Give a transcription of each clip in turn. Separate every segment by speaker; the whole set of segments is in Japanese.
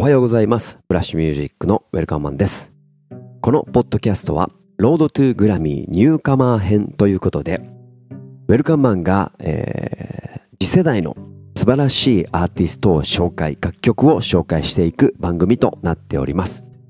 Speaker 1: おはようございます。フラッシュミュージックのウェルカムマンです。このポッドキャストはロードトゥグラミーニューカマー編ということで、ウェルカムマンが、次世代の素晴らしいアーティストを紹介、楽曲を紹介していく番組となっております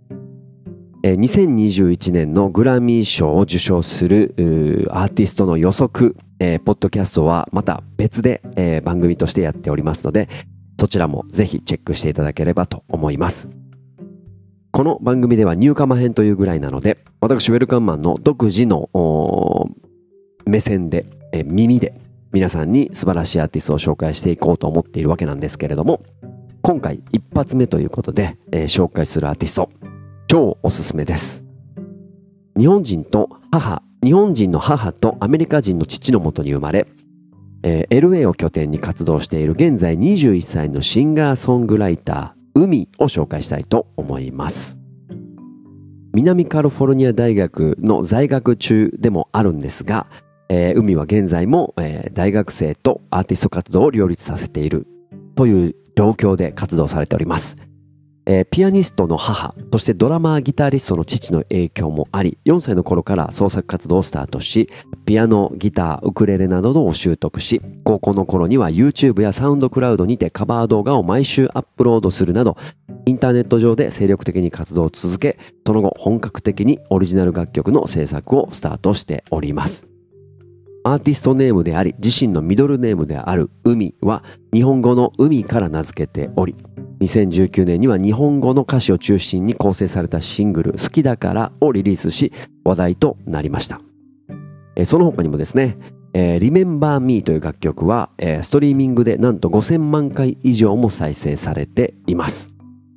Speaker 1: 。2021年のグラミー賞を受賞するアーティストの予測、ポッドキャストはまた別で、番組としてやっておりますので、そちらもぜひチェックしていただければと思います。この番組ではニューカマー編というぐらいなので、私ウェルカムマンの独自の目線で、耳で皆さんに素晴らしいアーティストを紹介していこうと思っているわけなんですけれども、今回一発目ということで、紹介するアーティスト超おすすめです。日本人の母とアメリカ人の父のもとに生まれ、LA を拠点に活動している現在21歳のシンガーソングライター海を紹介したいと思います。南カリフォルニア大学の在学中でもあるんですが、海は現在も、大学生とアーティスト活動を両立させているという状況で活動されております。ピアニストの母、そしてドラマーギタリストの父の影響もあり、4歳の頃から創作活動をスタートし、ピアノ、ギター、ウクレレなどを習得し、高校の頃には YouTube やサウンドクラウドにてカバー動画を毎週アップロードするなど、インターネット上で精力的に活動を続け、その後本格的にオリジナル楽曲の制作をスタートしております。アーティストネームであり、自身のミドルネームである海は日本語の海から名付けており、2019年には日本語の歌詞を中心に構成されたシングル好きだからをリリースし話題となりました。その他にもですね、Remember Me という楽曲は、ストリーミングでなんと5000万回以上も再生されています。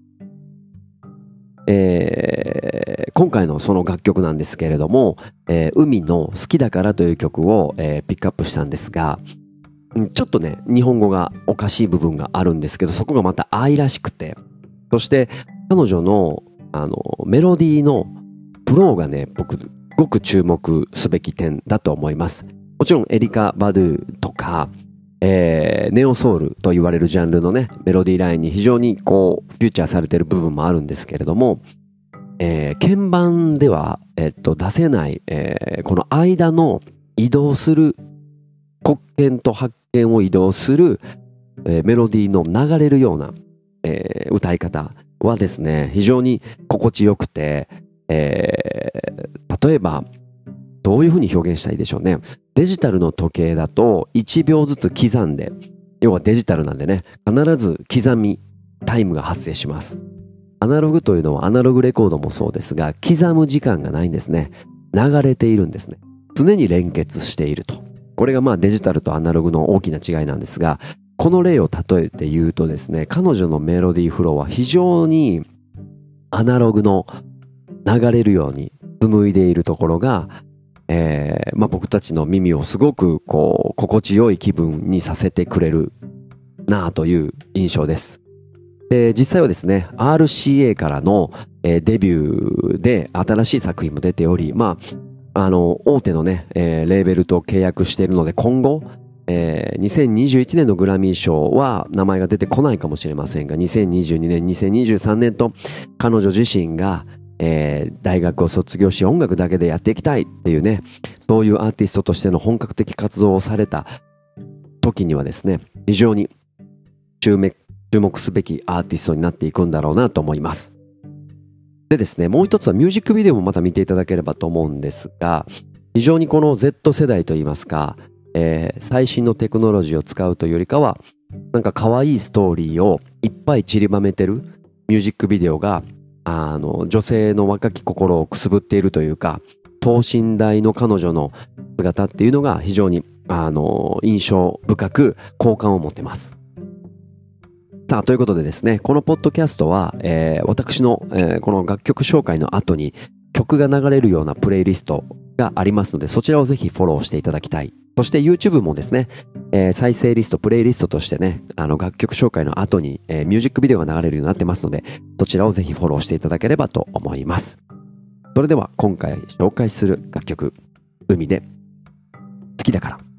Speaker 1: 今回のその楽曲なんですけれども、海の好きだからという曲を、ピックアップしたんですが、ちょっとね、日本語がおかしい部分があるんですけど、そこがまた愛らしくて、そして彼女のメロディーのフローがね、僕すごく注目すべき点だと思います。もちろんエリカ・バドゥとか、ネオソウルと言われるジャンルのね、メロディーラインに非常にこうフューチャーされている部分もあるんですけれども、鍵盤では、出せない、この間の移動する黒鍵と白鍵を移動する、メロディーの流れるような、歌い方はですね、非常に心地よくて、例えばどういうふうに表現したらいいでしょうね。デジタルの時計だと1秒ずつ刻んで、要はデジタルなんでね、必ず刻みタイムが発生します。アナログというのはアナログレコードもそうですが、刻む時間がないんですね。流れているんですね。常に連結していると。これがまあデジタルとアナログの大きな違いなんですが、この例を例えて言うとですね、彼女のメロディーフローは非常にアナログの流れるように紡いでいるところが、僕たちの耳をすごくこう心地よい気分にさせてくれるなあという印象です。実際はですね、RCA からの、デビューで新しい作品も出ており、大手のね、レーベルと契約しているので、今後、2021年のグラミー賞は名前が出てこないかもしれませんが、2022年、2023年と彼女自身が、大学を卒業し音楽だけでやっていきたいっていうね、そういうアーティストとしての本格的活動をされた時にはですね、非常に注目すべきアーティストになっていくんだろうなと思います。でですね、もう一つはミュージックビデオもまた見ていただければと思うんですが、非常にこの Z 世代といいますか、最新のテクノロジーを使うというよりかは、なんか可愛いストーリーをいっぱい散りばめてるミュージックビデオが、女性の若き心をくすぶっているというか、等身大の彼女の姿っていうのが非常に、印象深く好感を持ってます。さあ、ということでですね、このポッドキャストは、私の、この楽曲紹介の後に曲が流れるようなプレイリストがありますので、そちらをぜひフォローしていただきたい。そして YouTube もですね、再生リスト、プレイリストとしてね、楽曲紹介の後に、ミュージックビデオが流れるようになってますので、そちらをぜひフォローしていただければと思います。それでは今回紹介する楽曲、海で好きだから。